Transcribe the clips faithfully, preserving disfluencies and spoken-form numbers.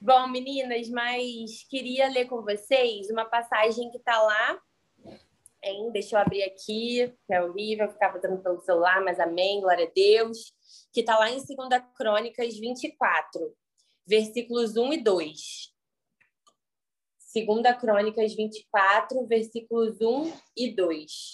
Bom, meninas, mas queria ler com vocês uma passagem que está lá, hein? Deixa eu abrir aqui, que é horrível ficar fazendo pelo celular, mas amém, glória a Deus. Que está lá em segunda Crônicas vinte e quatro, versículos um e dois. segunda Crônicas vinte e quatro, versículos um e dois.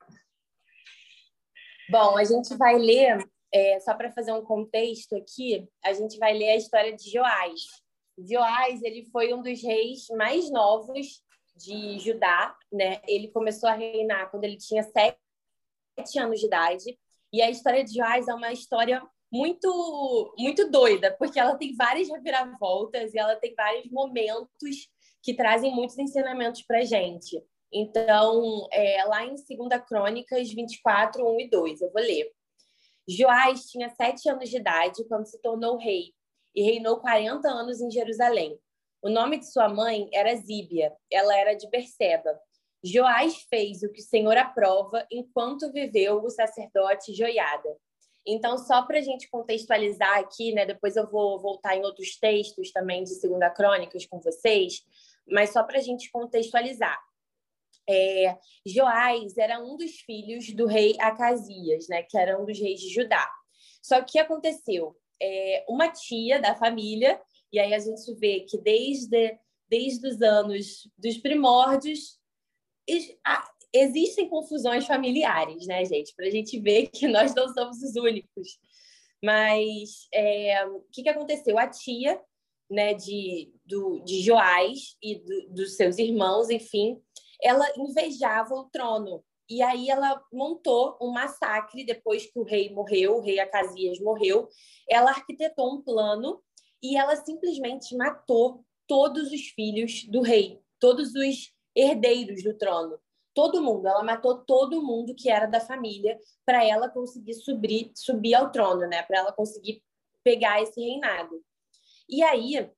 Bom, a gente vai ler, é, só para fazer um contexto aqui, a gente vai ler a história de Joás. Joás, ele foi um dos reis mais novos de Judá, né? Ele começou a reinar quando ele tinha sete anos de idade. E a história de Joás é uma história muito, muito doida, porque ela tem várias reviravoltas e ela tem vários momentos que trazem muitos ensinamentos para a gente. Então, é, lá em segunda Crônicas vinte e quatro, um e dois, eu vou ler. Joás tinha sete anos de idade quando se tornou rei e reinou quarenta anos em Jerusalém. O nome de sua mãe era Zíbia, ela era de Berseba. Joás fez o que o Senhor aprova enquanto viveu o sacerdote Joiada. Então, só para a gente contextualizar aqui, né? Depois eu vou voltar em outros textos também de segunda Crônicas com vocês, mas só para a gente contextualizar. É, Joás era um dos filhos do rei Acasias, né, que era um dos reis de Judá. Só que o que aconteceu? É, uma tia da família, e aí a gente vê que desde, desde os anos dos primórdios existem confusões familiares, né, gente? Para a gente ver que nós não somos os únicos. Mas é, o que, que aconteceu? A tia, né, de, do, de Joás e do, dos seus irmãos, enfim, ela invejava o trono. E aí ela montou um massacre depois que o rei morreu, o rei Acasias morreu. Ela arquitetou um plano e ela simplesmente matou todos os filhos do rei, todos os herdeiros do trono. Todo mundo. Ela matou todo mundo que era da família para ela conseguir subir, subir ao trono, né? Para ela conseguir pegar esse reinado. E aí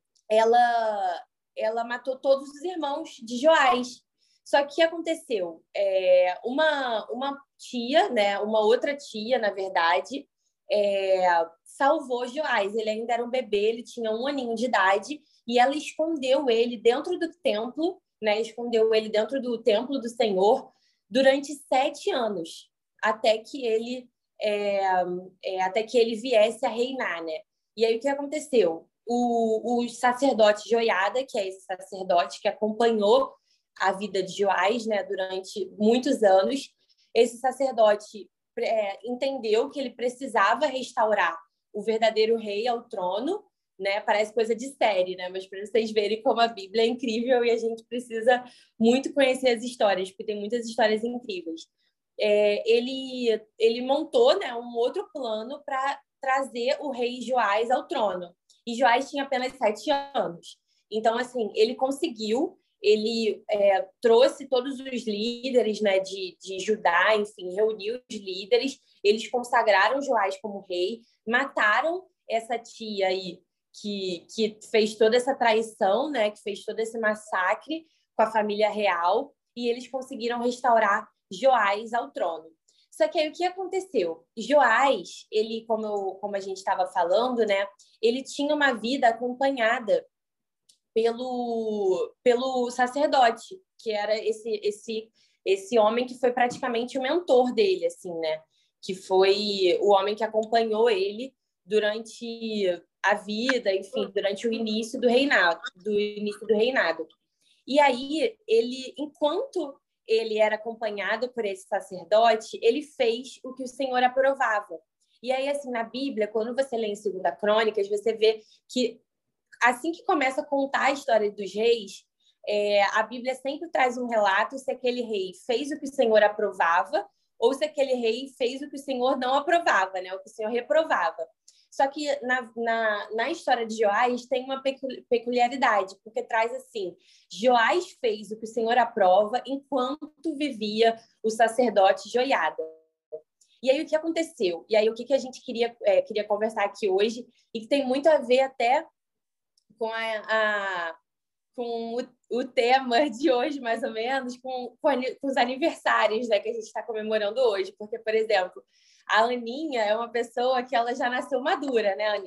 ela, ela matou todos os irmãos de Joás. Só que o que aconteceu? É, uma, uma tia, né, uma outra tia, na verdade, é, salvou Joás. Ele ainda era um bebê, ele tinha um aninho de idade, e ela escondeu ele dentro do templo, né, escondeu ele dentro do templo do Senhor durante sete anos, até que ele, é, é, até que ele viesse a reinar, né? E aí o que aconteceu? O, o sacerdote Joiada, que é esse sacerdote que acompanhou a vida de Joás, né, durante muitos anos, esse sacerdote é, entendeu que ele precisava restaurar o verdadeiro rei ao trono, né? Parece coisa de série, né? Mas para vocês verem como a Bíblia é incrível e a gente precisa muito conhecer as histórias, porque tem muitas histórias incríveis. É, ele, ele montou, né, um outro plano para trazer o rei Joás ao trono. E Joás tinha apenas sete anos. Então, assim, ele conseguiu, ele é, trouxe todos os líderes, né, de, de Judá, enfim, reuniu os líderes, eles consagraram Joás como rei, mataram essa tia aí que, que fez toda essa traição, né, que fez todo esse massacre com a família real, e eles conseguiram restaurar Joás ao trono. Só que aí o que aconteceu? Joás, ele, como, eu, como a gente estava falando, né, ele tinha uma vida acompanhada pelo, pelo sacerdote, que era esse, esse, esse homem que foi praticamente o mentor dele, assim, né? Que foi o homem que acompanhou ele durante a vida, enfim, durante o início do reinado, do início do reinado. E aí, ele, enquanto ele era acompanhado por esse sacerdote, ele fez o que o Senhor aprovava. E aí, assim, na Bíblia, quando você lê em segunda Crônicas, você vê que assim que começa a contar a história dos reis, é, a Bíblia sempre traz um relato se aquele rei fez o que o Senhor aprovava ou se aquele rei fez o que o Senhor não aprovava, né? O que o Senhor reprovava. Só que na, na, na história de Joás tem uma peculiaridade, porque traz assim, Joás fez o que o Senhor aprova enquanto vivia o sacerdote Joiada. E aí o que aconteceu? E aí o que, que a gente queria, é, queria conversar aqui hoje, e que tem muito a ver até com, a, a, com o, o tema de hoje, mais ou menos, com, com, com os aniversários, né, que a gente está comemorando hoje. Porque, por exemplo, a Aninha é uma pessoa que ela já nasceu madura, né, Aninha?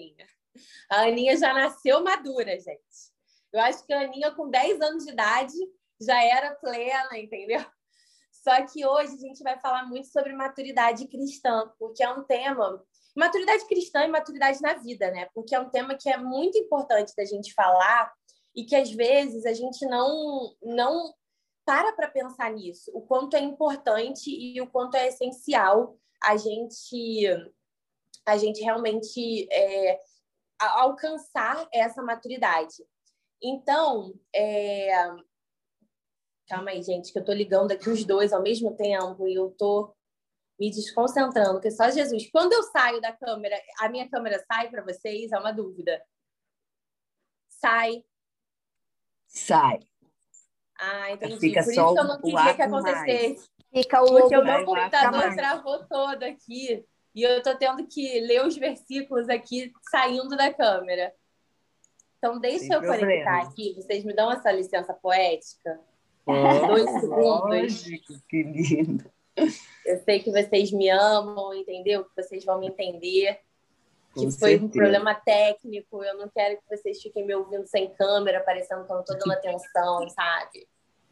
A Aninha já nasceu madura, gente. Eu acho que a Aninha, com dez anos de idade, já era plena, entendeu? Só que hoje a gente vai falar muito sobre maturidade cristã, porque é um tema... Maturidade cristã e maturidade na vida, né? Porque é um tema que é muito importante da gente falar e que, às vezes, a gente não, não para para pensar nisso. O quanto é importante e o quanto é essencial a gente, a gente realmente é, alcançar essa maturidade. Então, é... calma aí, gente, que eu tô ligando aqui os dois ao mesmo tempo e eu tô me desconcentrando, porque só Jesus. Quando eu saio da câmera, a minha câmera sai para vocês? É uma dúvida. Sai. Sai. Ah, entendi. Fica Por só isso que eu não o queria que ato mais. acontecesse. Fica o Porque o logo meu Sai o ato computador mais. travou todo aqui e eu tô tendo que ler os versículos aqui saindo da câmera. Então, deixa Sem eu conectar problema. aqui. Vocês me dão essa licença poética? Oh, Dois segundos. lógico, que lindo. Eu sei que vocês me amam, entendeu? Que vocês vão me entender. Que Com foi um certeza. problema técnico. Eu não quero que vocês fiquem me ouvindo sem câmera, parecendo que eu não estou dando atenção, sabe?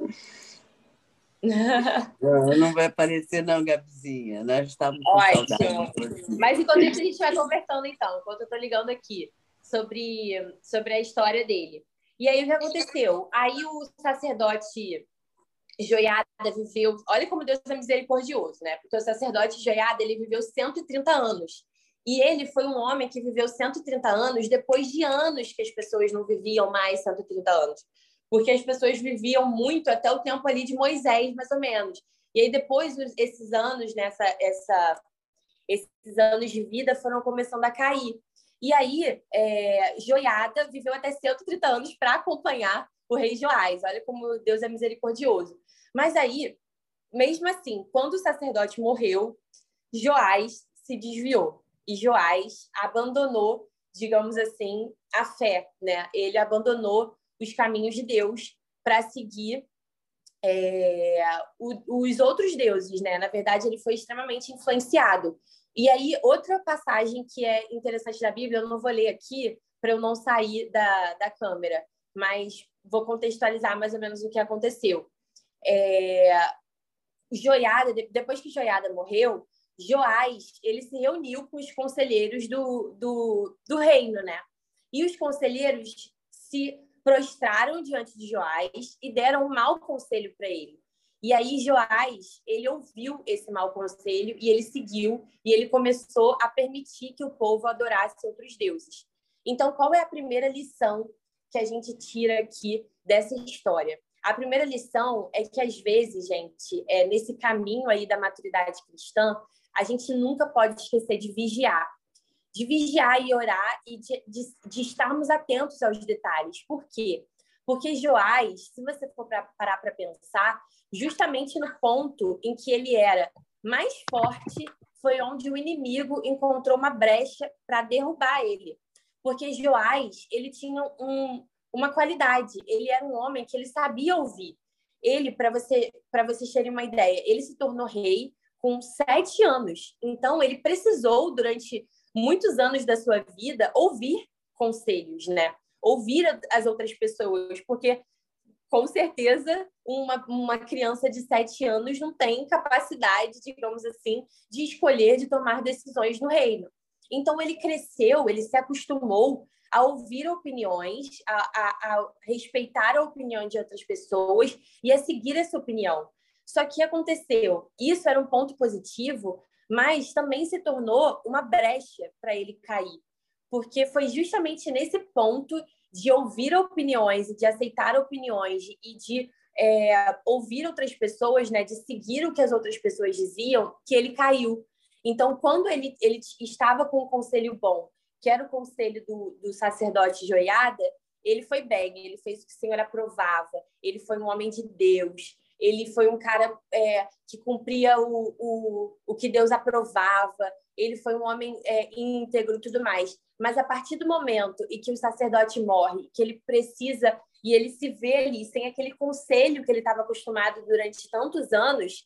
Não, não vai aparecer, não, Gabizinha. Nós estávamos com saudade Ótimo. de você. Mas enquanto isso, a gente vai conversando, então. Enquanto eu estou ligando aqui sobre, sobre a história dele. E aí, o que aconteceu? Aí o sacerdote Joiada viveu... Olha como Deus é misericordioso, né? Porque o sacerdote Joiada, ele viveu cento e trinta anos. E ele foi um homem que viveu cento e trinta anos depois de anos que as pessoas não viviam mais cento e trinta anos. Porque as pessoas viviam muito até o tempo ali de Moisés, mais ou menos. E aí depois, esses anos, nessa, essa, esses anos de vida foram começando a cair. E aí, é, Joiada viveu até cento e trinta anos para acompanhar o rei Joás. Olha como Deus é misericordioso. Mas aí, mesmo assim, quando o sacerdote morreu, Joás se desviou. E Joás abandonou, digamos assim, a fé, né? Ele abandonou os caminhos de Deus para seguir é, o, os outros deuses, né? Na verdade, ele foi extremamente influenciado. E aí, outra passagem que é interessante da Bíblia, eu não vou ler aqui para eu não sair da, da câmera, mas vou contextualizar mais ou menos o que aconteceu. É, Joiada, depois que Joiada morreu, Joás, ele se reuniu com os conselheiros do, do, do reino, né? E os conselheiros se prostraram diante de Joás e deram um mau conselho para ele. E aí Joás, ele ouviu esse mau conselho e ele seguiu e ele começou a permitir que o povo adorasse outros deuses. Então, qual é a primeira lição que a gente tira aqui dessa história? A primeira lição é que, às vezes, gente, é, nesse caminho aí da maturidade cristã, a gente nunca pode esquecer de vigiar. De vigiar e orar e de, de, de estarmos atentos aos detalhes. Por quê? Porque Joás, se você for pra, parar para pensar, justamente no ponto em que ele era mais forte, foi onde o inimigo encontrou uma brecha para derrubar ele. Porque Joás, ele tinha um... uma qualidade. Ele era um homem que ele sabia ouvir. Ele, para você, para vocês terem uma ideia, ele se tornou rei com sete anos. Então, ele precisou, durante muitos anos da sua vida, ouvir conselhos, né? Ouvir as outras pessoas, porque, com certeza, uma, uma criança de sete anos não tem capacidade, digamos assim, de escolher, de tomar decisões no reino. Então, ele cresceu, ele se acostumou a ouvir opiniões, a, a, a respeitar a opinião de outras pessoas e a seguir essa opinião. Só que aconteceu, isso era um ponto positivo, mas também se tornou uma brecha para ele cair, porque foi justamente nesse ponto de ouvir opiniões e de aceitar opiniões e de é, ouvir outras pessoas, né, de seguir o que as outras pessoas diziam, que ele caiu. Então, quando ele, ele estava com um conselho bom, que era o conselho do, do sacerdote Joiada, ele foi bem, ele fez o que o Senhor aprovava, ele foi um homem de Deus, ele foi um cara é, que cumpria o, o, o que Deus aprovava, ele foi um homem é, íntegro e tudo mais. Mas a partir do momento em que o sacerdote morre, que ele precisa, e ele se vê ali sem aquele conselho que ele estava acostumado durante tantos anos,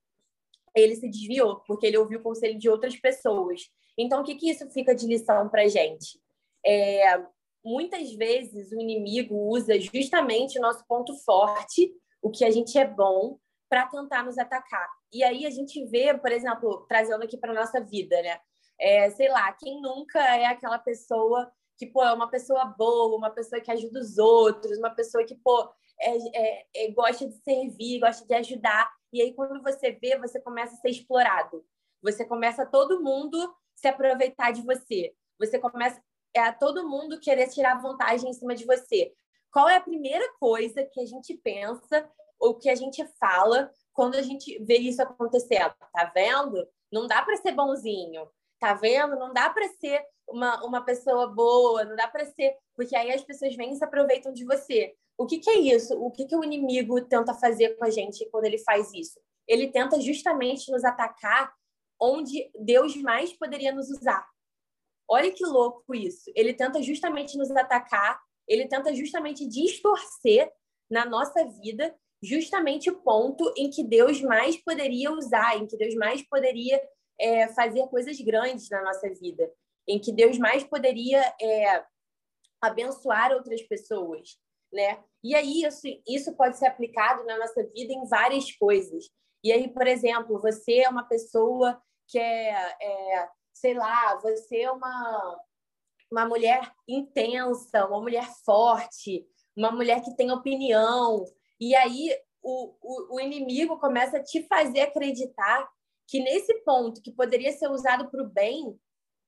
ele se desviou, porque ele ouviu o conselho de outras pessoas. Então, o que, que isso fica de lição para a gente? É, muitas vezes o inimigo usa justamente o nosso ponto forte, o que a gente é bom, para tentar nos atacar. E aí a gente vê, por exemplo, trazendo aqui para a nossa vida, né? É, sei lá, quem nunca é aquela pessoa que, pô, é uma pessoa boa, uma pessoa que ajuda os outros, uma pessoa que, pô, é, é, é, gosta de servir, gosta de ajudar. E aí, quando você vê, você começa a ser explorado. Você começa a todo mundo se aproveitar de você. Você começa é, a todo mundo querer tirar vantagem em cima de você. Qual é a primeira coisa que a gente pensa ou que a gente fala quando a gente vê isso acontecendo? Tá vendo? Não dá para ser bonzinho. Tá vendo? Não dá para ser uma, uma pessoa boa, não dá para ser... Porque aí as pessoas vêm e se aproveitam de você. O que, que é isso? O que, que o inimigo tenta fazer com a gente quando ele faz isso? Ele tenta justamente nos atacar onde Deus mais poderia nos usar. Olha que louco isso. Ele tenta justamente nos atacar, ele tenta justamente distorcer na nossa vida justamente o ponto em que Deus mais poderia usar, em que Deus mais poderia é, fazer coisas grandes na nossa vida, em que Deus mais poderia é, abençoar outras pessoas, né? E aí isso, isso pode ser aplicado na nossa vida em várias coisas. E aí, por exemplo, você é uma pessoa que é, é sei lá, você é uma, uma mulher intensa, uma mulher forte, uma mulher que tem opinião. E aí o, o, o inimigo começa a te fazer acreditar que nesse ponto que poderia ser usado para o bem,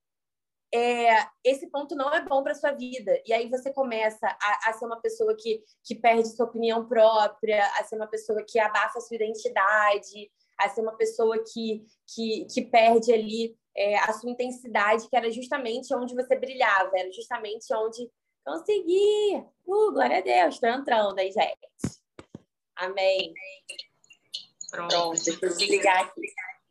é, esse ponto não é bom para sua vida. E aí você começa a, a ser uma pessoa que, que perde sua opinião própria, a ser uma pessoa que abafa sua identidade, a ser uma pessoa que, que, que perde ali é, a sua intensidade, que era justamente onde você brilhava, era justamente onde consegui. Uh, glória a Deus, estou entrando aí, gente. Amém. Pronto, Pronto, deixa eu desligar aqui.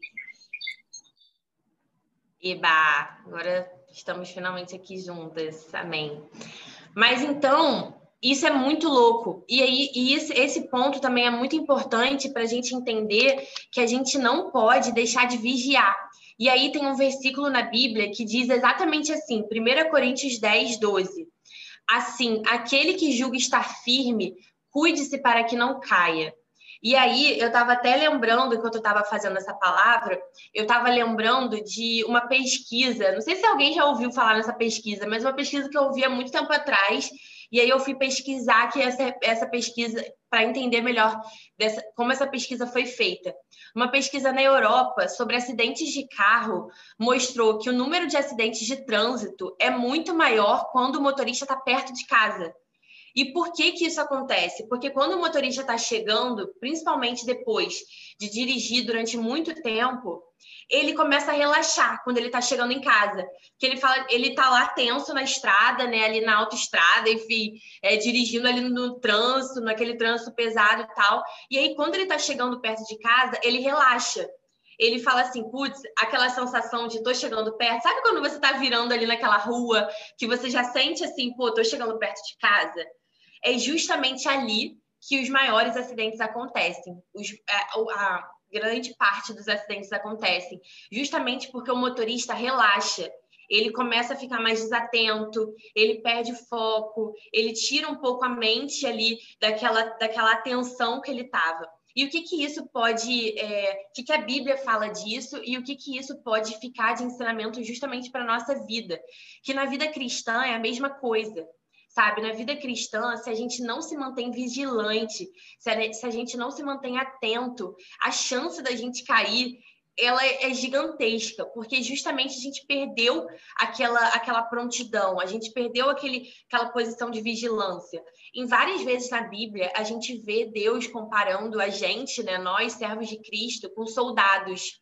Eba, agora estamos finalmente aqui juntas, amém. Mas então, isso é muito louco. E aí, e esse, esse ponto também é muito importante para a gente entender que a gente não pode deixar de vigiar. E aí tem um versículo na Bíblia que diz exatamente assim, primeira Coríntios dez, doze. Assim, aquele que julga estar firme, cuide-se para que não caia. E aí, eu estava até lembrando, enquanto eu estava fazendo essa palavra, eu estava lembrando de uma pesquisa, não sei se alguém já ouviu falar nessa pesquisa, mas uma pesquisa que eu ouvi há muito tempo atrás, e aí eu fui pesquisar que essa, essa pesquisa, para entender melhor dessa, como essa pesquisa foi feita. Uma pesquisa na Europa sobre acidentes de carro mostrou que o número de acidentes de trânsito é muito maior quando o motorista está perto de casa. E por que que isso acontece? Porque quando o motorista está chegando, principalmente depois de dirigir durante muito tempo, ele começa a relaxar quando ele está chegando em casa. Que ele fala, ele está lá tenso na estrada, né, ali na autoestrada, enfim, é, dirigindo ali no trânsito, naquele trânsito pesado e tal. E aí, quando ele está chegando perto de casa, ele relaxa. Ele fala assim, putz, aquela sensação de tô chegando perto. Sabe quando você tá virando ali naquela rua, que você já sente assim, pô, tô chegando perto de casa? É justamente ali que os maiores acidentes acontecem. Os, a, a grande parte dos acidentes acontecem justamente porque o motorista relaxa. Ele começa a ficar mais desatento, ele perde foco, ele tira um pouco a mente ali daquela, daquela atenção que ele estava. E o que que isso pode... É, o que que a Bíblia fala disso e o que que isso pode ficar de ensinamento justamente para a nossa vida? Que na vida cristã é a mesma coisa. Sabe, na vida cristã, se a gente não se mantém vigilante, se a, se a gente não se mantém atento, a chance da gente cair, ela é gigantesca, porque justamente a gente perdeu aquela, aquela prontidão, a gente perdeu aquele, aquela posição de vigilância. Em várias vezes na Bíblia, a gente vê Deus comparando a gente, né, nós, servos de Cristo, com soldados.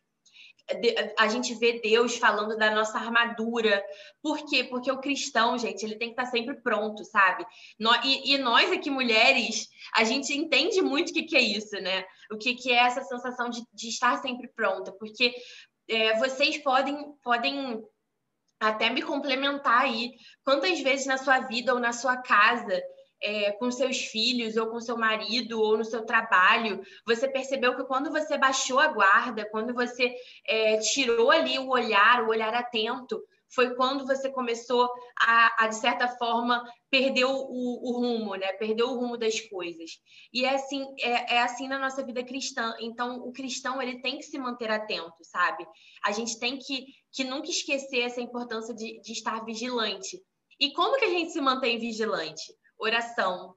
A gente vê Deus falando da nossa armadura. Por quê? Porque o cristão, gente, ele tem que estar sempre pronto, sabe? E, e nós aqui, mulheres, a gente entende muito o que, que é isso, né? O que, que é essa sensação de, de estar sempre pronta. Porque é, vocês podem, podem até me complementar aí. Quantas vezes na sua vida ou na sua casa... É, com seus filhos, ou com seu marido, ou no seu trabalho, você percebeu que quando você baixou a guarda, quando você é, tirou ali o olhar, o olhar atento, foi quando você começou a, a de certa forma, perder o, o rumo, né? Perdeu o rumo das coisas. E é assim, é, é assim na nossa vida cristã. Então, o cristão, ele tem que se manter atento, sabe? A gente tem que, que nunca esquecer essa importância de, de estar vigilante. E como que a gente se mantém vigilante? Oração,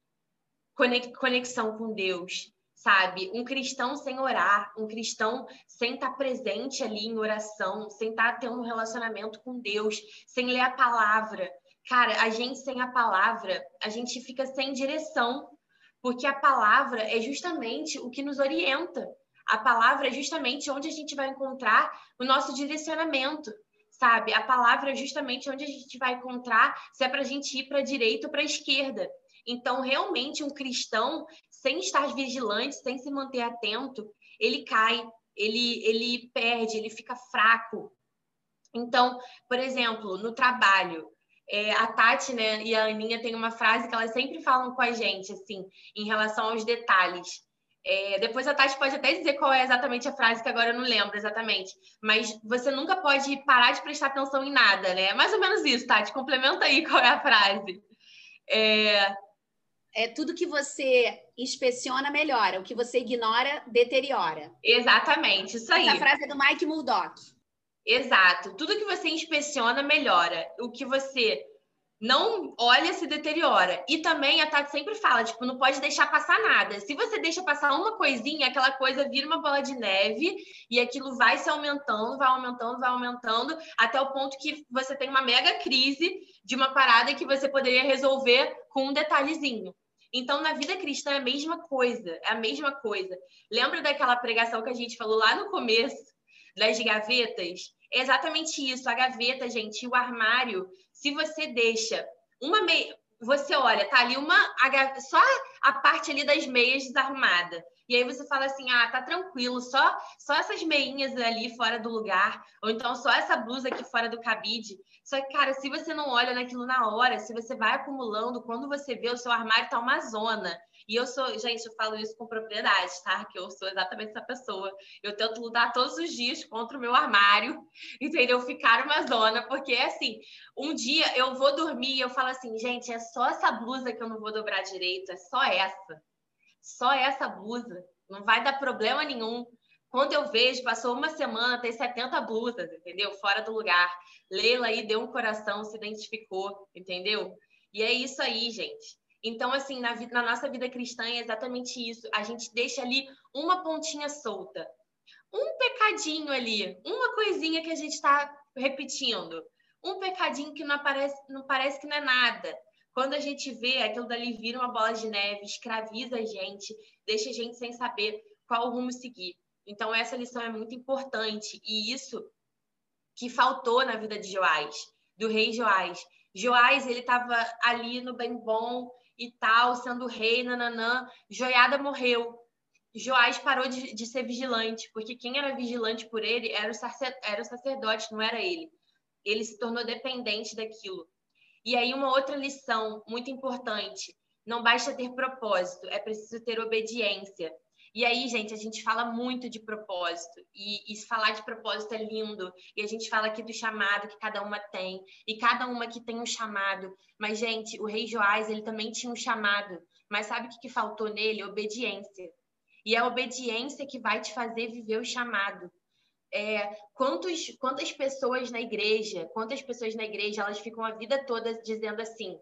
conexão com Deus, sabe? Um cristão sem orar, um cristão sem estar presente ali em oração, sem estar tendo um relacionamento com Deus, sem ler a palavra. Cara, a gente sem a palavra, a gente fica sem direção, porque a palavra é justamente o que nos orienta. A palavra é justamente onde a gente vai encontrar o nosso direcionamento, sabe? A palavra é justamente onde a gente vai encontrar se é para a gente ir para a direita ou para a esquerda. Então, realmente, um cristão, sem estar vigilante, sem se manter atento, ele cai, ele, ele perde, ele fica fraco. Então, por exemplo, no trabalho, é, a Tati, né, e a Aninha têm uma frase que elas sempre falam com a gente, assim, em relação aos detalhes. É, depois a Tati pode até dizer qual é exatamente a frase, que agora eu não lembro exatamente. Mas você nunca pode parar de prestar atenção em nada, né? É mais ou menos isso, Tati. Complementa aí qual é a frase. É... É tudo que você inspeciona, melhora. O que você ignora, deteriora. Exatamente, isso aí. Essa frase é do Mike Murdock. Exato. Tudo que você inspeciona, melhora. O que você não olha, se deteriora. E também a Tati sempre fala, tipo, não pode deixar passar nada. Se você deixa passar uma coisinha, aquela coisa vira uma bola de neve e aquilo vai se aumentando, vai aumentando, vai aumentando, até o ponto que você tem uma mega crise de uma parada que você poderia resolver com um detalhezinho. Então, na vida cristã é a mesma coisa, é a mesma coisa. Lembra daquela pregação que a gente falou lá no começo, das gavetas? É exatamente isso, a gaveta, gente, o armário, se você deixa uma meia... Você olha, tá ali uma... só a parte ali das meias desarrumada. E aí você fala assim, ah, tá tranquilo, só, só essas meinhas ali fora do lugar, ou então só essa blusa aqui fora do cabide. Só que, cara, se você não olha naquilo na hora, se você vai acumulando, quando você vê, o seu armário tá uma zona. E eu sou, gente, eu falo isso com propriedade, tá? Que eu sou exatamente essa pessoa. Eu tento lutar todos os dias contra o meu armário, entendeu? Ficar uma zona, porque assim, um dia eu vou dormir e eu falo assim, gente, é só essa blusa que eu não vou dobrar direito, é só essa. Só essa blusa. Não vai dar problema nenhum. Quando eu vejo, passou uma semana, tem setenta blusas, entendeu? Fora do lugar. Leila aí deu um coração, se identificou, entendeu? E é isso aí, gente. Então, assim, na, na nossa vida cristã é exatamente isso. A gente deixa ali uma pontinha solta. Um pecadinho ali. Uma coisinha que a gente está repetindo. Um pecadinho que não, aparece, não parece que não é nada. Quando a gente vê, aquilo dali vira uma bola de neve, escraviza a gente, deixa a gente sem saber qual rumo seguir. Então, essa lição é muito importante. E isso que faltou na vida de Joás, do rei Joás. Joás, ele estava ali no bem bom e tal, sendo rei, nananã. Joiada morreu. Joás parou de, de ser vigilante, porque quem era vigilante por ele era o, sacer, era o sacerdote, não era ele. Ele se tornou dependente daquilo. E aí, uma outra lição muito importante: não basta ter propósito, é preciso ter obediência. E aí, gente, a gente fala muito de propósito, e, e falar de propósito é lindo, e a gente fala aqui do chamado que cada uma tem, e cada uma que tem um chamado. Mas, gente, o rei Joás, ele também tinha um chamado, mas sabe o que, que faltou nele? Obediência. E é a obediência que vai te fazer viver o chamado. É, quantos, quantas pessoas na igreja, quantas pessoas na igreja, elas ficam a vida toda dizendo assim,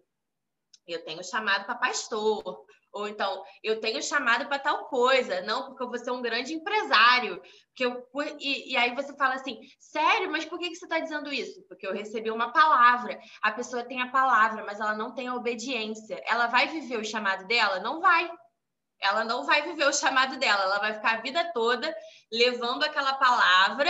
eu tenho chamado para pastor, ou então, eu tenho chamado para tal coisa, não, porque eu vou ser um grande empresário. Porque eu, e, e aí você fala assim, sério, mas por que, que você está dizendo isso? Porque eu recebi uma palavra. A pessoa tem a palavra, mas ela não tem a obediência. Ela vai viver o chamado dela? Não vai. Ela não vai viver o chamado dela. Ela vai ficar a vida toda levando aquela palavra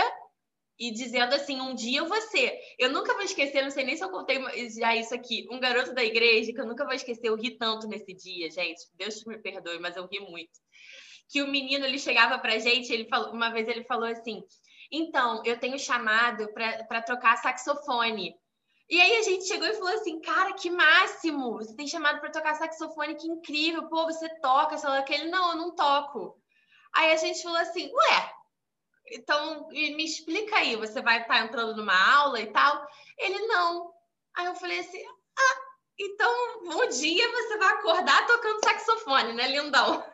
e dizendo assim, um dia eu vou ser. Eu nunca vou esquecer, não sei nem se eu contei já isso aqui, um garoto da igreja, que eu nunca vou esquecer, eu ri tanto nesse dia, gente, Deus me perdoe, mas eu ri muito. Que o menino, ele chegava pra gente, ele falou, uma vez ele falou assim, então, eu tenho chamado para trocar saxofone. E aí a gente chegou e falou assim, cara, que máximo, você tem chamado para tocar saxofone, que incrível, pô, você toca, sei lá, que ele, não, eu não toco. Aí a gente falou assim, ué, então me explica aí, você vai estar entrando numa aula e tal? Ele, não. Aí eu falei assim, ah, então um dia você vai acordar tocando saxofone, né, lindão?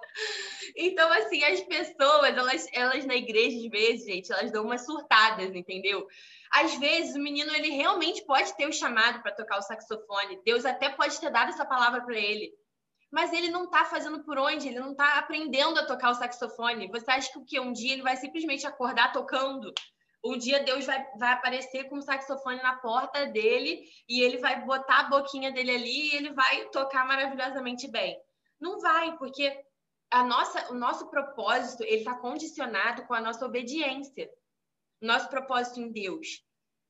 Então, assim, as pessoas, elas, elas na igreja, às vezes, gente, elas dão umas surtadas, entendeu? Às vezes, o menino, ele realmente pode ter o chamado para tocar o saxofone. Deus até pode ter dado essa palavra para ele. Mas ele não está fazendo por onde? Ele não está aprendendo a tocar o saxofone. Você acha que o quê? Um dia ele vai simplesmente acordar tocando? Um dia Deus vai, vai aparecer com o saxofone na porta dele e ele vai botar a boquinha dele ali e ele vai tocar maravilhosamente bem. Não vai, porque a nossa, o nosso propósito ele está condicionado com a nossa obediência. Nosso propósito em Deus.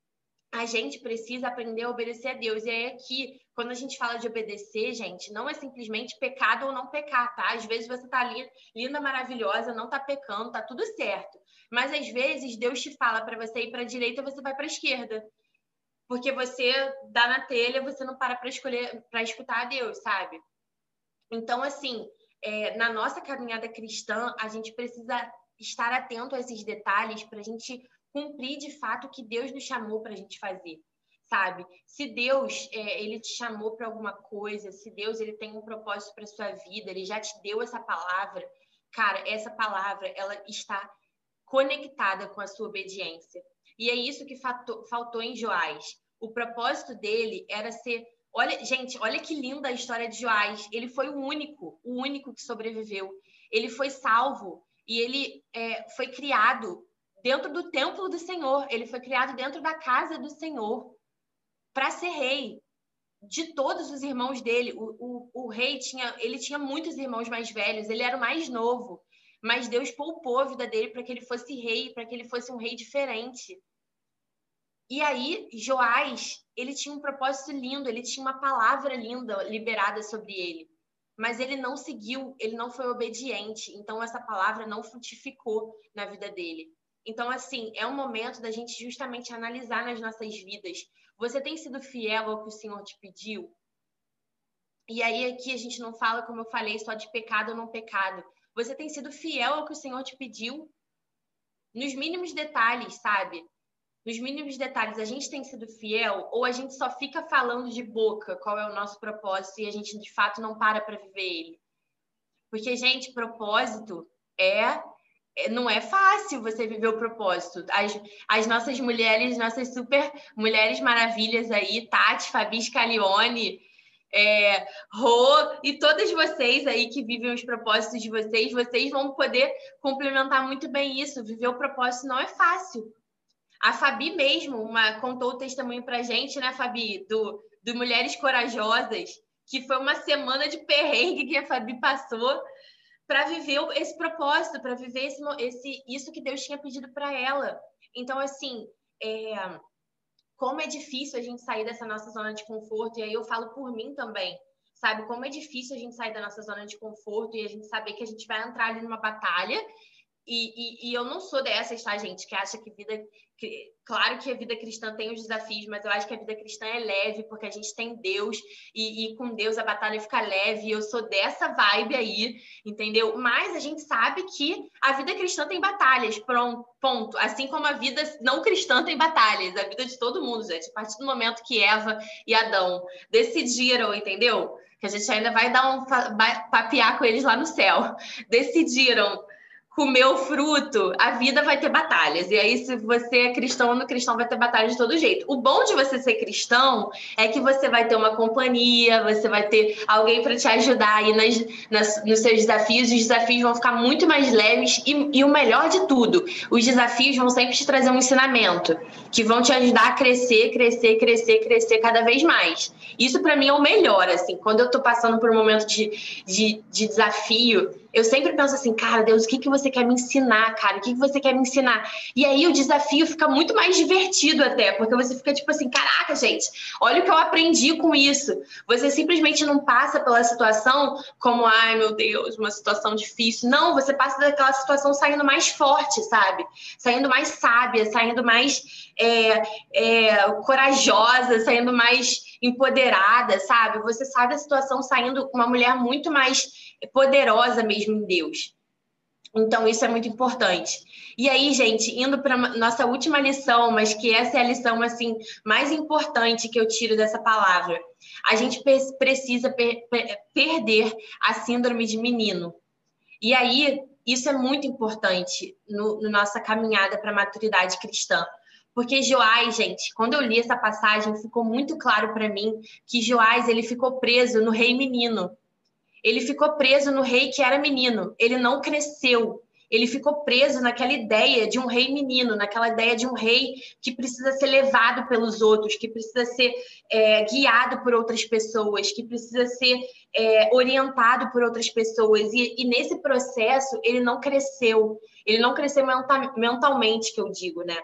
A gente precisa aprender a obedecer a Deus. E aí aqui, quando a gente fala de obedecer, gente, não é simplesmente pecado ou não pecar, tá? Às vezes você tá ali, linda, maravilhosa, não tá pecando, tá tudo certo. Mas às vezes Deus te fala para você ir para a direita, você vai para a esquerda. Porque você dá na telha, você não para para escolher, para escutar a Deus, sabe? Então, assim, é, na nossa caminhada cristã, a gente precisa estar atento a esses detalhes para a gente cumprir de fato o que Deus nos chamou para a gente fazer, sabe? Se Deus é, ele te chamou para alguma coisa, se Deus ele tem um propósito para sua vida, ele já te deu essa palavra, cara, essa palavra ela está conectada com a sua obediência. E é isso que faltou, faltou em Joás. O propósito dele era ser... Olha, gente, olha que linda a história de Joás. Ele foi o único, o único que sobreviveu. Ele foi salvo e ele é, foi criado dentro do templo do Senhor. Ele foi criado dentro da casa do Senhor para ser rei de todos os irmãos dele. O, o, o rei tinha, ele tinha muitos irmãos mais velhos. Ele era o mais novo. Mas Deus poupou a vida dele para que ele fosse rei, para que ele fosse um rei diferente. E aí, Joás, ele tinha um propósito lindo, ele tinha uma palavra linda liberada sobre ele. Mas ele não seguiu, ele não foi obediente. Então, essa palavra não frutificou na vida dele. Então, assim, é um momento da gente justamente analisar nas nossas vidas. Você tem sido fiel ao que o Senhor te pediu? E aí, aqui a gente não fala, como eu falei, só de pecado ou não pecado. Você tem sido fiel ao que o Senhor te pediu? Nos mínimos detalhes, sabe? Nos mínimos detalhes, a gente tem sido fiel ou a gente só fica falando de boca qual é o nosso propósito e a gente, de fato, não para para viver ele? Porque, gente, propósito é... Não é fácil você viver o propósito. As, as nossas mulheres, nossas super mulheres maravilhas aí, Tati, Fabi Scalione, é, Rô e todas vocês aí que vivem os propósitos de vocês, vocês vão poder complementar muito bem isso. Viver o propósito não é fácil. A Fabi mesmo uma, contou o testemunho pra gente, né, Fabi, do, do Mulheres Corajosas, que foi uma semana de perrengue que a Fabi passou para viver esse propósito, para viver esse, esse, isso que Deus tinha pedido para ela. Então, assim, é, como é difícil a gente sair dessa nossa zona de conforto, e aí eu falo por mim também, sabe? Como é difícil a gente sair da nossa zona de conforto e a gente saber que a gente vai entrar ali numa batalha. E, e, e eu não sou dessas, tá, gente? Que acha que vida... Que, claro que a vida cristã tem os desafios, mas eu acho que a vida cristã é leve, porque a gente tem Deus, e, e com Deus a batalha fica leve, e eu sou dessa vibe aí, entendeu? Mas a gente sabe que a vida cristã tem batalhas, pronto, ponto. Assim como a vida não cristã tem batalhas, a vida de todo mundo, gente. A partir do momento que Eva e Adão decidiram, entendeu? Que a gente ainda vai dar um papear com eles lá no céu. Decidiram comer o fruto, a vida vai ter batalhas. E aí, se você é cristão ou não cristão, vai ter batalha de todo jeito. O bom de você ser cristão é que você vai ter uma companhia, você vai ter alguém para te ajudar aí nas, nas, nos seus desafios. Os desafios vão ficar muito mais leves e, e o melhor de tudo, os desafios vão sempre te trazer um ensinamento que vão te ajudar a crescer, crescer, crescer, crescer cada vez mais. Isso, para mim, é o melhor, assim. Quando eu tô passando por um momento de, de, de desafio, eu sempre penso assim, cara, Deus, o que, que você quer me ensinar, cara? O que, que você quer me ensinar? E aí o desafio fica muito mais divertido até, porque você fica tipo assim, caraca, gente, olha o que eu aprendi com isso. Você simplesmente não passa pela situação como, ai, meu Deus, uma situação difícil. Não, você passa daquela situação saindo mais forte, sabe? Saindo mais sábia, saindo mais é, é, corajosa, saindo mais empoderada, sabe? Você sai da situação saindo uma mulher muito mais poderosa mesmo em Deus. Então, isso é muito importante. E aí, gente, indo para nossa última lição, mas que essa é a lição assim mais importante que eu tiro dessa palavra. A gente precisa per perder a síndrome de menino. E aí, isso é muito importante no, no nossa caminhada para a maturidade cristã. Porque Joás, gente, quando eu li essa passagem, ficou muito claro para mim que Joás, ele ficou preso no rei menino. Ele ficou preso no rei que era menino. Ele não cresceu. Ele ficou preso naquela ideia de um rei menino, naquela ideia de um rei que precisa ser levado pelos outros, que precisa ser é, guiado por outras pessoas, que precisa ser é, orientado por outras pessoas. E, e nesse processo, ele não cresceu. Ele não cresceu mentalmente, que eu digo, né?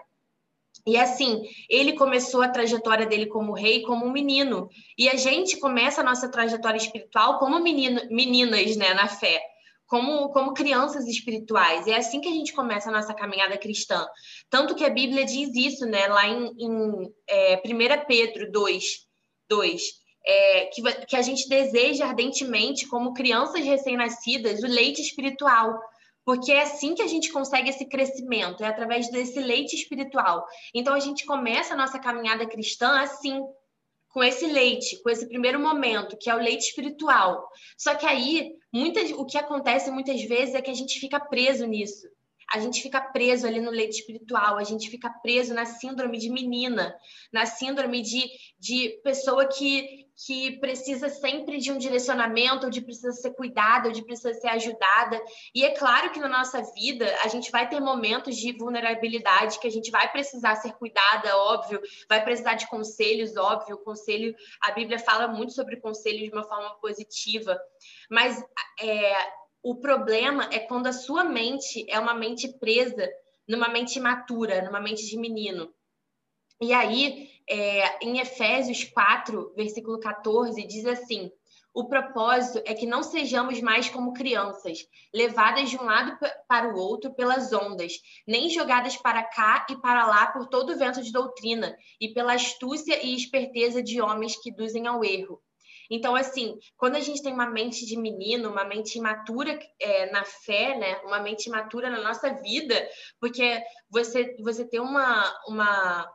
E assim, ele começou a trajetória dele como rei, como um menino. E a gente começa a nossa trajetória espiritual como menino, meninas, né, na fé. Como, como crianças espirituais. E é assim que a gente começa a nossa caminhada cristã. Tanto que a Bíblia diz isso, né? Lá em, em é, primeira Pedro dois, dois é, que, que a gente deseja ardentemente, como crianças recém-nascidas, o leite espiritual. Porque é assim que a gente consegue esse crescimento, é através desse leite espiritual. Então, a gente começa a nossa caminhada cristã assim, com esse leite, com esse primeiro momento, que é o leite espiritual. Só que aí, muitas, o que acontece muitas vezes é que a gente fica preso nisso. A gente fica preso ali no leite espiritual, a gente fica preso na síndrome de menina, na síndrome de, de pessoa que, que precisa sempre de um direcionamento, ou de precisa ser cuidada, ou de precisa ser ajudada. E é claro que na nossa vida a gente vai ter momentos de vulnerabilidade, que a gente vai precisar ser cuidada, óbvio, vai precisar de conselhos, óbvio, conselho, a Bíblia fala muito sobre conselho de uma forma positiva, mas é, o problema é quando a sua mente é uma mente presa numa mente imatura, numa mente de menino. E aí, é, em Efésios quatro, versículo quatorze, diz assim: o propósito é que não sejamos mais como crianças, levadas de um lado para o outro pelas ondas, nem jogadas para cá e para lá por todo o vento de doutrina e pela astúcia e esperteza de homens que induzem ao erro. Então, assim, quando a gente tem uma mente de menino, uma mente imatura é, na fé, né? Uma mente imatura na nossa vida, porque você, você ter uma, uma,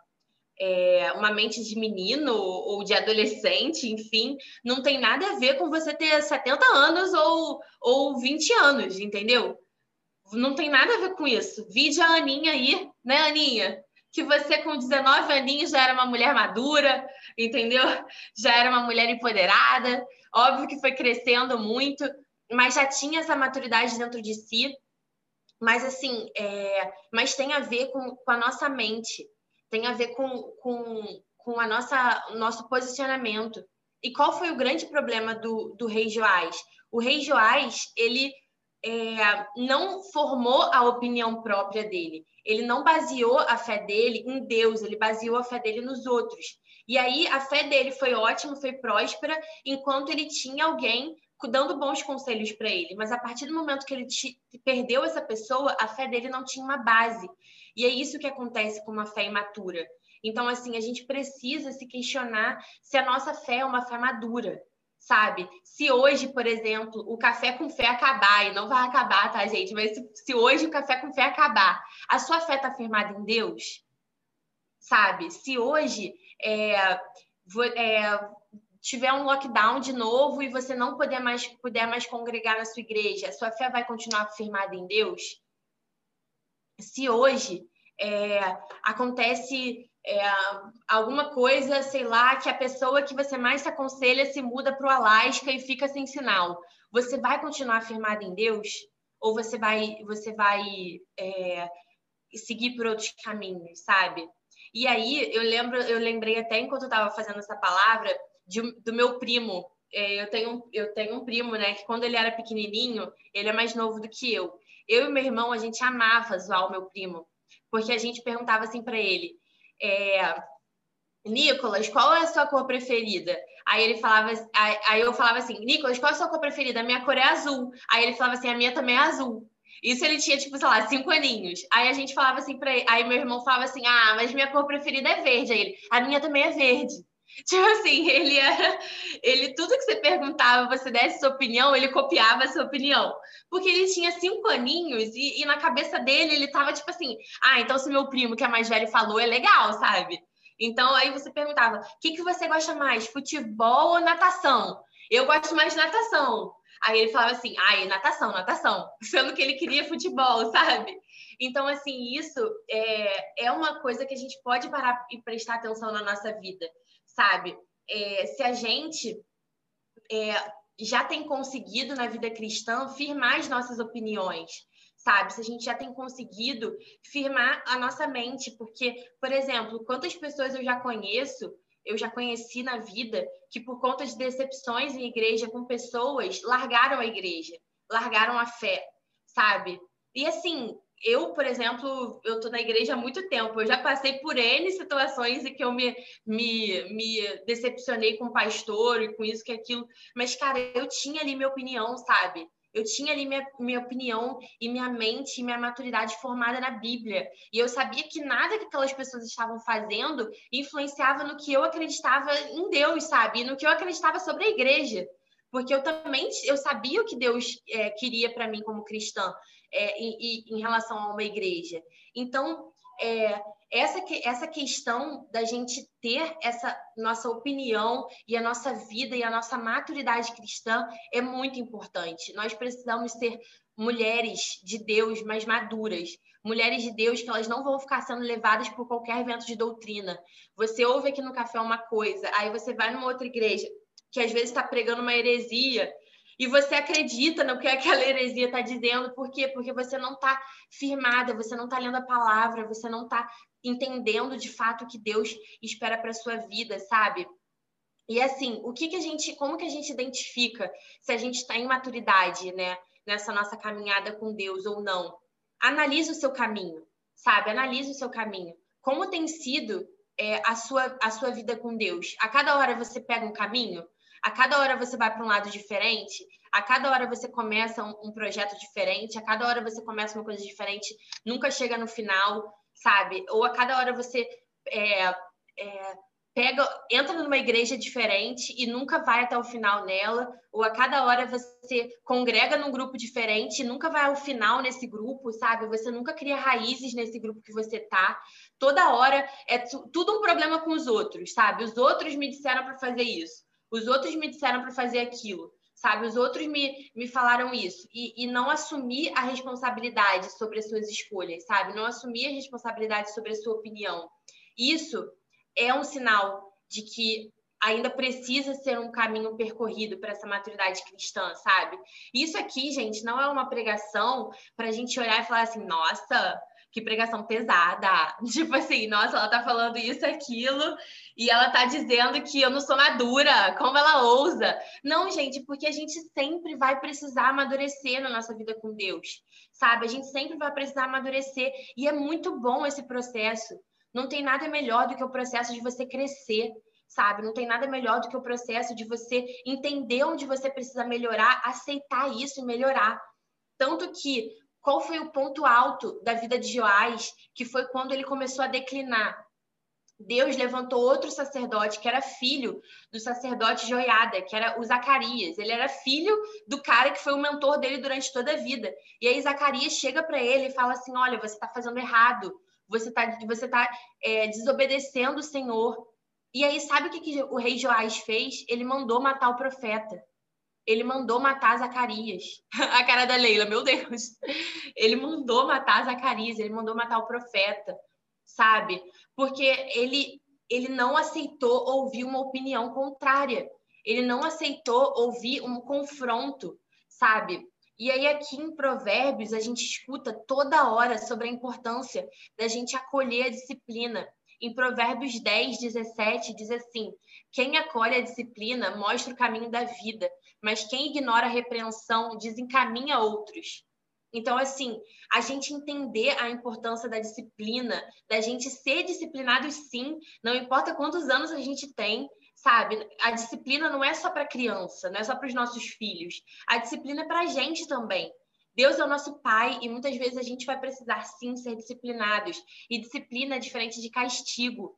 é, uma mente de menino ou de adolescente, enfim, não tem nada a ver com você ter setenta anos ou, ou vinte anos, entendeu? Não tem nada a ver com isso. Vide a Aninha aí, né, Aninha? Que você com dezenove aninhos já era uma mulher madura, entendeu? Já era uma mulher empoderada, óbvio que foi crescendo muito, mas já tinha essa maturidade dentro de si. Mas assim, é... mas tem a ver com, com a nossa mente, tem a ver com, com, com a nossa, o nosso posicionamento. E qual foi o grande problema do, do rei Joás? O rei Joás, ele é, não formou a opinião própria dele. Ele não baseou a fé dele em Deus, ele baseou a fé dele nos outros. E aí a fé dele foi ótima, foi próspera, enquanto ele tinha alguém dando bons conselhos para ele. Mas a partir do momento que ele te, perdeu essa pessoa, a fé dele não tinha uma base. E é isso que acontece com uma fé imatura. Então, assim, a gente precisa se questionar se a nossa fé é uma fé madura. Sabe? Se hoje, por exemplo, o café com fé acabar, e não vai acabar, tá, gente? Mas se, se hoje o café com fé acabar, a sua fé tá firmada em Deus? Sabe? Se hoje é, é, tiver um lockdown de novo e você não puder mais, puder mais congregar na sua igreja, a sua fé vai continuar firmada em Deus? Se hoje é, acontece... É, alguma coisa, sei lá, que a pessoa que você mais se aconselha se muda para o Alasca e fica sem sinal. Você vai continuar firmado em Deus? Ou você vai, você vai é, seguir por outros caminhos, sabe? E aí, eu lembro, eu lembrei até enquanto eu estava fazendo essa palavra, de, do meu primo. É, eu, tenho, eu tenho um primo, né, que quando ele era pequenininho, ele é mais novo do que eu. Eu e meu irmão, a gente amava zoar o meu primo, porque a gente perguntava assim para ele: É, Nicolas, qual é a sua cor preferida? Aí ele falava, aí eu falava assim, Nicolas, qual é a sua cor preferida? A minha cor é azul. Aí ele falava assim, a minha também é azul. Isso ele tinha, tipo, sei lá, cinco aninhos. Aí a gente falava assim pra ele, aí meu irmão falava assim, ah, mas minha cor preferida é verde. Aí ele, a minha também é verde. Tipo assim, ele era... Ele, tudo que você perguntava, você desse sua opinião, ele copiava a sua opinião. Porque ele tinha cinco aninhos e, e na cabeça dele, ele tava tipo assim, ah, então se meu primo, que é mais velho, falou, é legal, sabe? Então, aí você perguntava, o que, que você gosta mais, futebol ou natação? Eu gosto mais de natação. Aí ele falava assim, ai, natação, natação. Sendo que ele queria futebol, sabe? Então, assim, isso é, é uma coisa que a gente pode parar e prestar atenção na nossa vida, sabe? É, se a gente é, já tem conseguido na vida cristã firmar as nossas opiniões, sabe? Se a gente já tem conseguido firmar a nossa mente, porque, por exemplo, quantas pessoas eu já conheço, eu já conheci na vida, que por conta de decepções em igreja com pessoas, largaram a igreja, largaram a fé, sabe? E assim, eu, por exemplo, eu tô na igreja há muito tempo, eu já passei por N situações em que eu me, me, me decepcionei com o pastor e com isso, que aquilo, mas, cara, eu tinha ali minha opinião, sabe? Eu tinha ali minha, minha opinião e minha mente e minha maturidade formada na Bíblia. E eu sabia que nada que aquelas pessoas estavam fazendo influenciava no que eu acreditava em Deus, sabe? E no que eu acreditava sobre a igreja. Porque eu também eu sabia o que Deus é, queria para mim como cristã é, em, em relação a uma igreja. Então, é, essa, essa questão da gente ter essa nossa opinião e a nossa vida e a nossa maturidade cristã é muito importante. Nós precisamos ser mulheres de Deus mais maduras, mulheres de Deus que elas não vão ficar sendo levadas por qualquer vento de doutrina. Você ouve aqui no café uma coisa, aí você vai numa outra igreja que às vezes está pregando uma heresia e você acredita no que aquela heresia está dizendo. Por quê? Porque você não está firmada, você não está lendo a palavra, você não está entendendo de fato o que Deus espera para a sua vida, sabe? E assim, o que, que a gente, como que a gente identifica se a gente está em maturidade, né? Nessa nossa caminhada com Deus ou não? Analise o seu caminho, sabe? Analise o seu caminho. Como tem sido é, a, sua, a sua vida com Deus? A cada hora você pega um caminho? A cada hora você vai para um lado diferente, a cada hora você começa um, um projeto diferente, a cada hora você começa uma coisa diferente, nunca chega no final, sabe? Ou a cada hora você é, é, pega, entra numa igreja diferente e nunca vai até o final nela, ou a cada hora você congrega num grupo diferente e nunca vai ao final nesse grupo, sabe? Você nunca cria raízes nesse grupo que você tá. Toda hora é tu, tudo um problema com os outros, sabe? Os outros me disseram para fazer isso. Os outros me disseram para fazer aquilo, sabe? Os outros me, me falaram isso. E, e não assumir a responsabilidade sobre as suas escolhas, sabe? Não assumir a responsabilidade sobre a sua opinião. Isso é um sinal de que ainda precisa ser um caminho percorrido para essa maturidade cristã, sabe? Isso aqui, gente, não é uma pregação para a gente olhar e falar assim, nossa, que pregação pesada. Tipo assim, nossa, ela tá falando isso, aquilo, e ela tá dizendo que eu não sou madura, como ela ousa? Não, gente, porque a gente sempre vai precisar amadurecer na nossa vida com Deus, sabe? A gente sempre vai precisar amadurecer, e é muito bom esse processo. Não tem nada melhor do que o processo de você crescer, sabe? Não tem nada melhor do que o processo de você entender onde você precisa melhorar, aceitar isso e melhorar. Tanto que, qual foi o ponto alto da vida de Joás, que foi quando ele começou a declinar? Deus levantou outro sacerdote, que era filho do sacerdote Joiada, que era o Zacarias. Ele era filho do cara que foi o mentor dele durante toda a vida. E aí Zacarias chega para ele e fala assim, olha, você está fazendo errado, você está você tá, é, desobedecendo o Senhor. E aí, sabe o que, que o rei Joás fez? Ele mandou matar o profeta. Ele mandou matar Zacarias. A cara da Leila, meu Deus. Ele mandou matar Zacarias, ele mandou matar o profeta, sabe? Porque ele, ele não aceitou ouvir uma opinião contrária. Ele não aceitou ouvir um confronto, sabe? E aí aqui em Provérbios a gente escuta toda hora sobre a importância da gente acolher a disciplina. Em Provérbios dez, dezessete, diz assim, quem acolhe a disciplina mostra o caminho da vida, mas quem ignora a repreensão desencaminha outros. Então, assim, a gente entender a importância da disciplina, da gente ser disciplinado sim, não importa quantos anos a gente tem, sabe? A disciplina não é só para criança, não é só para os nossos filhos. A disciplina é para a gente também. Deus é o nosso pai e muitas vezes a gente vai precisar sim ser disciplinados. E disciplina é diferente de castigo.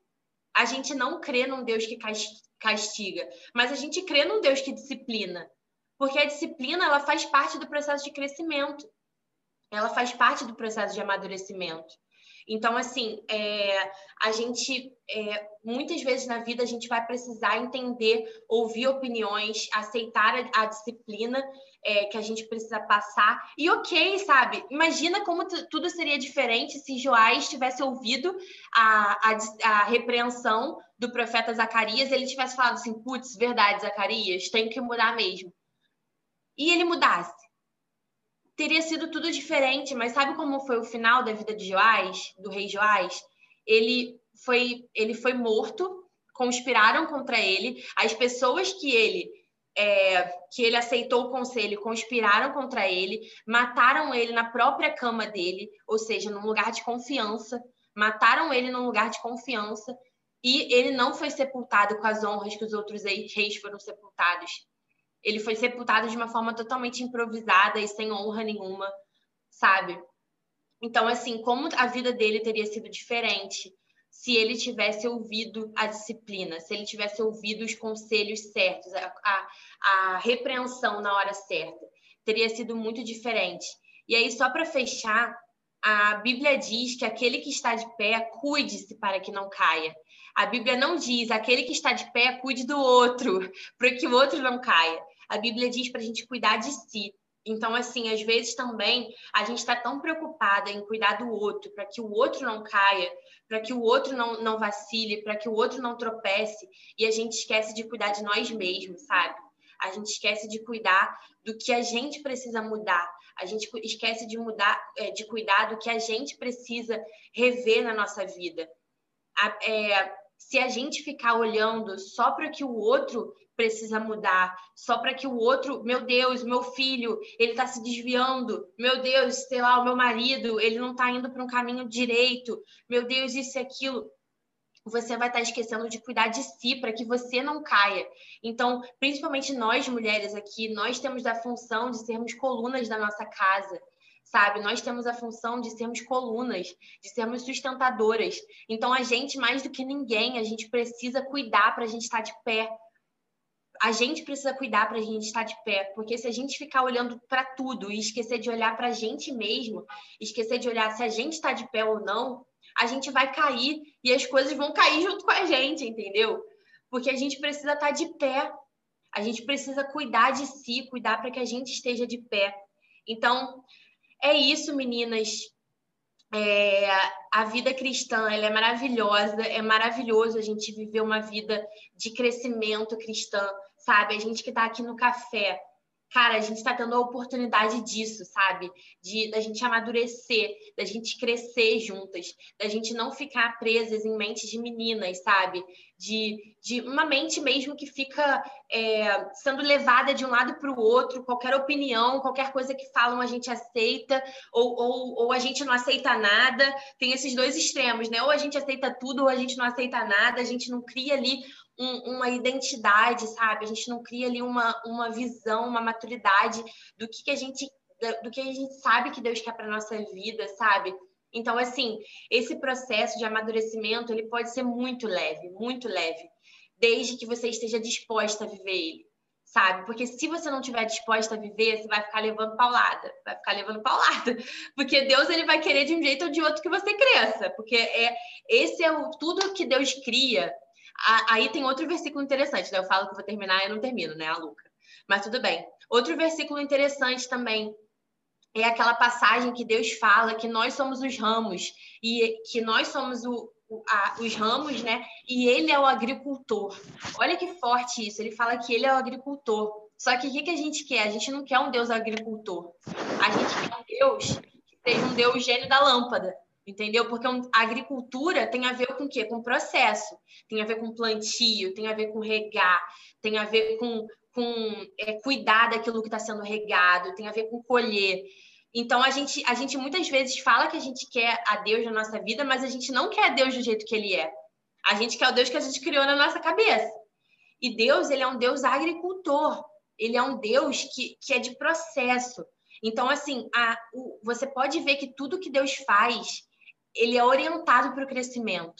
A gente não crê num Deus que castiga, mas a gente crê num Deus que disciplina. Porque a disciplina, ela faz parte do processo de crescimento. Ela faz parte do processo de amadurecimento. Então, assim, é, a gente, é, muitas vezes na vida, a gente vai precisar entender, ouvir opiniões, aceitar a, a disciplina é, que a gente precisa passar. E ok, sabe? Imagina como tudo seria diferente se Joás tivesse ouvido a, a, a repreensão do profeta Zacarias, ele tivesse falado assim, putz, verdade, Zacarias, tem que mudar mesmo. E ele mudasse. Teria sido tudo diferente, mas sabe como foi o final da vida de Joás, do rei Joás? Ele foi, ele foi morto, conspiraram contra ele, as pessoas que ele, é, que ele aceitou o conselho conspiraram contra ele, mataram ele na própria cama dele, ou seja, num lugar de confiança, mataram ele num lugar de confiança, e ele não foi sepultado com as honras que os outros reis foram sepultados. Ele foi sepultado de uma forma totalmente improvisada e sem honra nenhuma, sabe? Então, assim, como a vida dele teria sido diferente se ele tivesse ouvido a disciplina, se ele tivesse ouvido os conselhos certos, a, a, a repreensão na hora certa. Teria sido muito diferente. E aí, só para fechar, a Bíblia diz que aquele que está de pé, cuide-se para que não caia. A Bíblia não diz, aquele que está de pé, cuide do outro, para que o outro não caia. A Bíblia diz para a gente cuidar de si. Então, assim, às vezes também a gente está tão preocupada em cuidar do outro, para que o outro não caia, para que o outro não, não vacile, para que o outro não tropece, e a gente esquece de cuidar de nós mesmos, sabe? A gente esquece de cuidar do que a gente precisa mudar. A gente esquece de mudar, de cuidar do que a gente precisa rever na nossa vida. É, se a gente ficar olhando só para que o outro precisa mudar, só para que o outro, meu Deus, meu filho, ele está se desviando, meu Deus, sei lá, o meu marido, ele não está indo para um caminho direito, meu Deus, isso e aquilo, você vai estar esquecendo de cuidar de si para que você não caia. Então, principalmente nós mulheres aqui, nós temos a função de sermos colunas da nossa casa, sabe? Nós temos a função de sermos colunas, de sermos sustentadoras. Então, a gente, mais do que ninguém, a gente precisa cuidar para a gente estar de pé. A gente precisa cuidar para a gente estar de pé, porque se a gente ficar olhando para tudo e esquecer de olhar para a gente mesmo, esquecer de olhar se a gente está de pé ou não, a gente vai cair e as coisas vão cair junto com a gente, entendeu? Porque a gente precisa estar de pé, a gente precisa cuidar de si, cuidar para que a gente esteja de pé. Então, é isso, meninas. É, a vida cristã, ela é maravilhosa, é maravilhoso a gente viver uma vida de crescimento cristã, sabe? A gente que está aqui no café, cara, a gente está tendo a oportunidade disso, sabe? De, da gente amadurecer, da gente crescer juntas, da gente não ficar presas em mentes de meninas, sabe? De, de uma mente mesmo que fica é, sendo levada de um lado para o outro, qualquer opinião, qualquer coisa que falam a gente aceita, ou, ou, ou a gente não aceita nada. Tem esses dois extremos, né? Ou a gente aceita tudo, ou a gente não aceita nada, a gente não cria ali Um, uma identidade, sabe? A gente não cria ali uma, uma visão, uma maturidade do que, que a gente do que a gente sabe que Deus quer para nossa vida, sabe? Então, assim, esse processo de amadurecimento, ele pode ser muito leve, muito leve, desde que você esteja disposta a viver ele, sabe? Porque se você não estiver disposta a viver, você vai ficar levando paulada, vai ficar levando paulada, porque Deus, ele vai querer de um jeito ou de outro que você cresça, porque é, esse é o, tudo que Deus cria. Aí tem outro versículo interessante, né? Eu falo que vou terminar e eu não termino, né, a Luca? Mas tudo bem. Outro versículo interessante também é aquela passagem que Deus fala que nós somos os ramos e que nós somos o, o, a, os ramos, né? E ele é o agricultor. Olha que forte isso. Ele fala que ele é o agricultor. Só que o que, que a gente quer? A gente não quer um Deus agricultor. A gente quer um Deus que seja um Deus gênio da lâmpada. Entendeu? Porque a agricultura tem a ver com o quê? Com processo. Tem a ver com plantio, tem a ver com regar, tem a ver com, com é, cuidar daquilo que está sendo regado, tem a ver com colher. Então, a gente, a gente muitas vezes fala que a gente quer a Deus na nossa vida, mas a gente não quer Deus do jeito que Ele é. A gente quer o Deus que a gente criou na nossa cabeça. E Deus, Ele é um Deus agricultor. Ele é um Deus que, que é de processo. Então, assim, a, o, você pode ver que tudo que Deus faz, ele é orientado para o crescimento.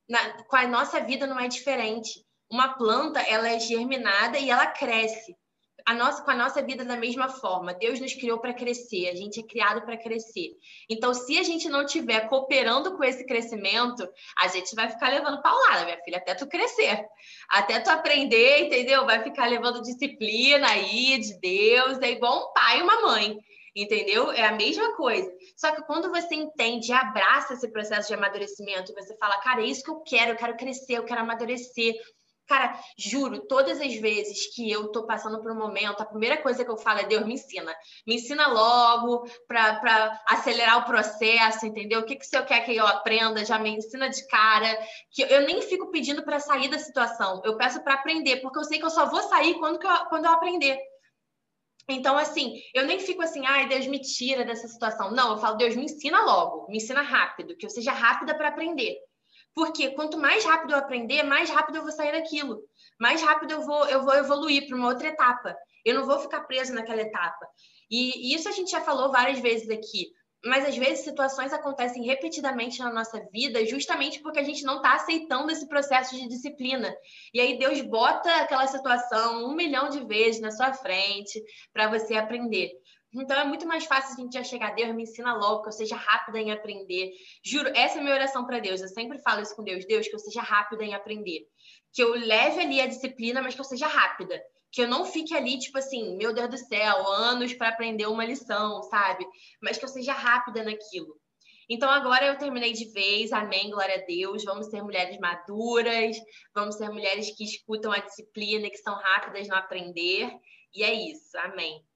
Na, com a nossa vida não é diferente. Uma planta, ela é germinada e ela cresce. A nossa, com a nossa vida da mesma forma. Deus nos criou para crescer, a gente é criado para crescer. Então, se a gente não estiver cooperando com esse crescimento, a gente vai ficar levando paulada, minha filha, até tu crescer. Até tu aprender, entendeu? Vai ficar levando disciplina aí de Deus, é igual um pai e uma mãe. Entendeu? É a mesma coisa. Só que quando você entende e abraça esse processo de amadurecimento, você fala, cara, é isso que eu quero, eu quero crescer, eu quero amadurecer. Cara, juro, todas as vezes que eu tô passando por um momento, a primeira coisa que eu falo é, Deus, me ensina. Me ensina logo para acelerar o processo, entendeu? O que, que o Senhor quer que eu aprenda? Já me ensina de cara. Que eu nem fico pedindo para sair da situação. Eu peço para aprender, porque eu sei que eu só vou sair quando, que eu, quando eu aprender. Então, assim, eu nem fico assim, ai, Deus me tira dessa situação. Não, eu falo, Deus, me ensina logo, me ensina rápido, que eu seja rápida para aprender. Porque quanto mais rápido eu aprender, mais rápido eu vou sair daquilo. Mais rápido eu vou, eu vou evoluir para uma outra etapa. Eu não vou ficar presa naquela etapa. E, e isso a gente já falou várias vezes aqui. Mas, às vezes, situações acontecem repetidamente na nossa vida justamente porque a gente não está aceitando esse processo de disciplina. E aí Deus bota aquela situação um milhão de vezes na sua frente para você aprender. Então, é muito mais fácil a gente já chegar, Deus, me ensina logo, que eu seja rápida em aprender. Juro, essa é a minha oração para Deus. Eu sempre falo isso com Deus. Deus, que eu seja rápida em aprender. Que eu leve ali a disciplina, mas que eu seja rápida. Que eu não fique ali, tipo assim, meu Deus do céu, anos para aprender uma lição, sabe? Mas que eu seja rápida naquilo. Então, agora eu terminei de vez, amém, glória a Deus. Vamos ser mulheres maduras, vamos ser mulheres que escutam a disciplina, que são rápidas no aprender. E é isso, amém.